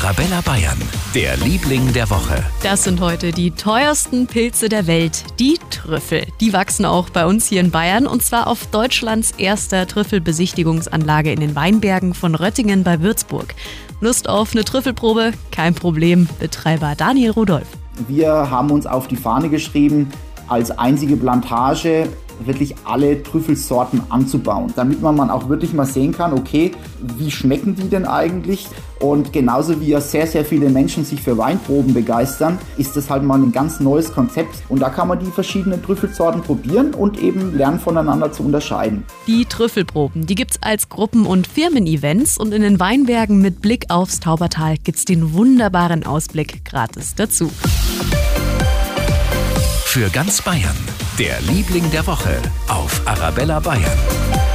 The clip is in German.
Arabella Bayern, der Liebling der Woche. Das sind heute die teuersten Pilze der Welt, die Trüffel. Die wachsen auch bei uns hier in Bayern und zwar auf Deutschlands erster Trüffelbesichtigungsanlage in den Weinbergen von Röttingen bei Würzburg. Lust auf eine Trüffelprobe? Kein Problem, Betreiber Daniel Rudolph. Wir haben uns auf die Fahne geschrieben, als einzige Plantage wirklich alle Trüffelsorten anzubauen, damit man auch wirklich mal sehen kann, okay, wie schmecken die denn eigentlich? Und genauso wie ja sehr, sehr viele Menschen sich für Weinproben begeistern, ist das halt mal ein ganz neues Konzept. Und da kann man die verschiedenen Trüffelsorten probieren und eben lernen, voneinander zu unterscheiden. Die Trüffelproben, die gibt's als Gruppen- und Firmen-Events und in den Weinbergen mit Blick aufs Taubertal gibt's den wunderbaren Ausblick gratis dazu. Für ganz Bayern, der Liebling der Woche auf Arabella Bayern.